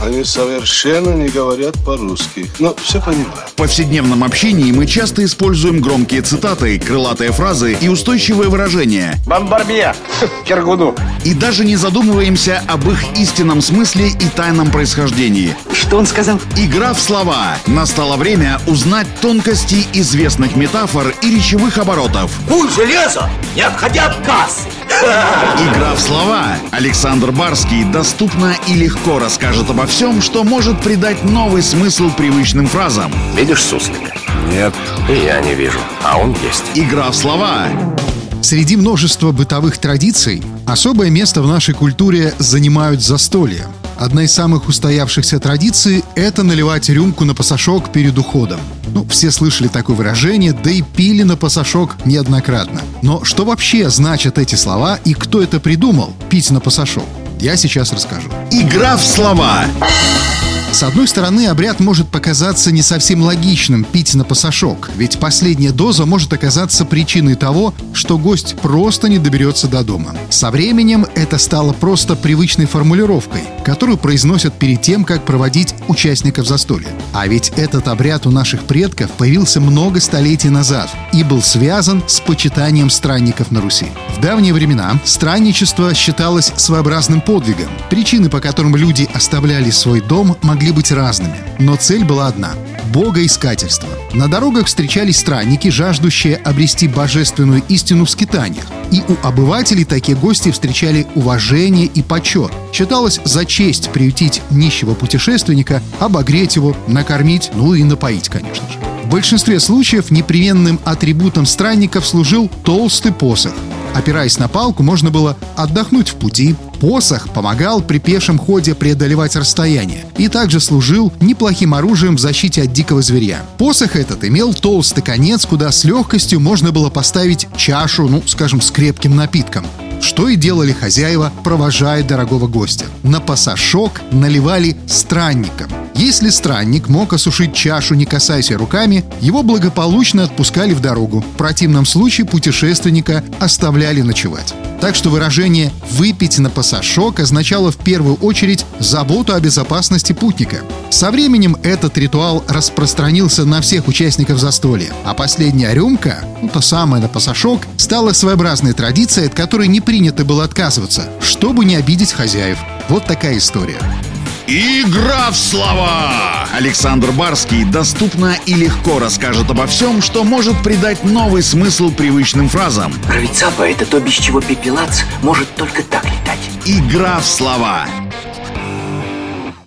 Они совершенно не говорят по-русски, но все понимаю. В повседневном общении мы часто используем громкие цитаты, крылатые фразы и устойчивые выражения. Бомбарбье, Киргуду. И даже не задумываемся об их истинном смысле и тайном происхождении. Что он сказал? Игра в слова. Настало время узнать тонкости известных метафор и речевых оборотов. Куй железо, не отходя от кассы. Игра в слова. Александр Барский доступно и легко расскажет обо всем, что может придать новый смысл привычным фразам. Видишь суслика? Нет. И я не вижу, а он есть. Игра в слова. Среди множества бытовых традиций особое место в нашей культуре занимают застолья. Одна из самых устоявшихся традиций – это наливать рюмку на пасашок перед уходом. Все слышали такое выражение, да и пили на пасашок неоднократно. Но что вообще значат эти слова и кто это придумал – пить на пасашок? Я сейчас расскажу. Игра в слова. С одной стороны, обряд может показаться не совсем логичным – пить на пасашок, ведь последняя доза может оказаться причиной того, что гость просто не доберется до дома. Со временем это стало просто привычной формулировкой, которую произносят перед тем, как проводить участников застолья. А ведь этот обряд у наших предков появился много столетий назад и был связан с почитанием странников на Руси. В давние времена странничество считалось своеобразным подвигом. Причины, по которым люди оставляли свой дом, могли быть разными, но цель была одна – богоискательство. На дорогах встречались странники, жаждущие обрести божественную истину в скитаниях. И у обывателей такие гости встречали уважение и почет. Считалось за честь приютить нищего путешественника, обогреть его, накормить, и напоить, конечно же. В большинстве случаев непременным атрибутом странников служил толстый посох. Опираясь на палку, можно было отдохнуть в пути. Посох помогал при пешем ходе преодолевать расстояние и также служил неплохим оружием в защите от дикого зверя. Посох этот имел толстый конец, куда с легкостью можно было поставить чашу, с крепким напитком. Что и делали хозяева, провожая дорогого гостя. На пасашок наливали странникам. Если странник мог осушить чашу, не касаясь руками, его благополучно отпускали в дорогу. В противном случае путешественника оставляли ночевать. Так что выражение «выпить на пасашок» означало в первую очередь заботу о безопасности путника. Со временем этот ритуал распространился на всех участников застолья, а последняя рюмка, та самая на пасашок, стала своеобразной традицией, от которой не принято было отказываться, чтобы не обидеть хозяев. Вот такая история. Игра в слова. Александр Барский доступно и легко расскажет обо всем, что может придать новый смысл привычным фразам. Равицапа – это то, без чего пепелац может только так летать. Игра в слова.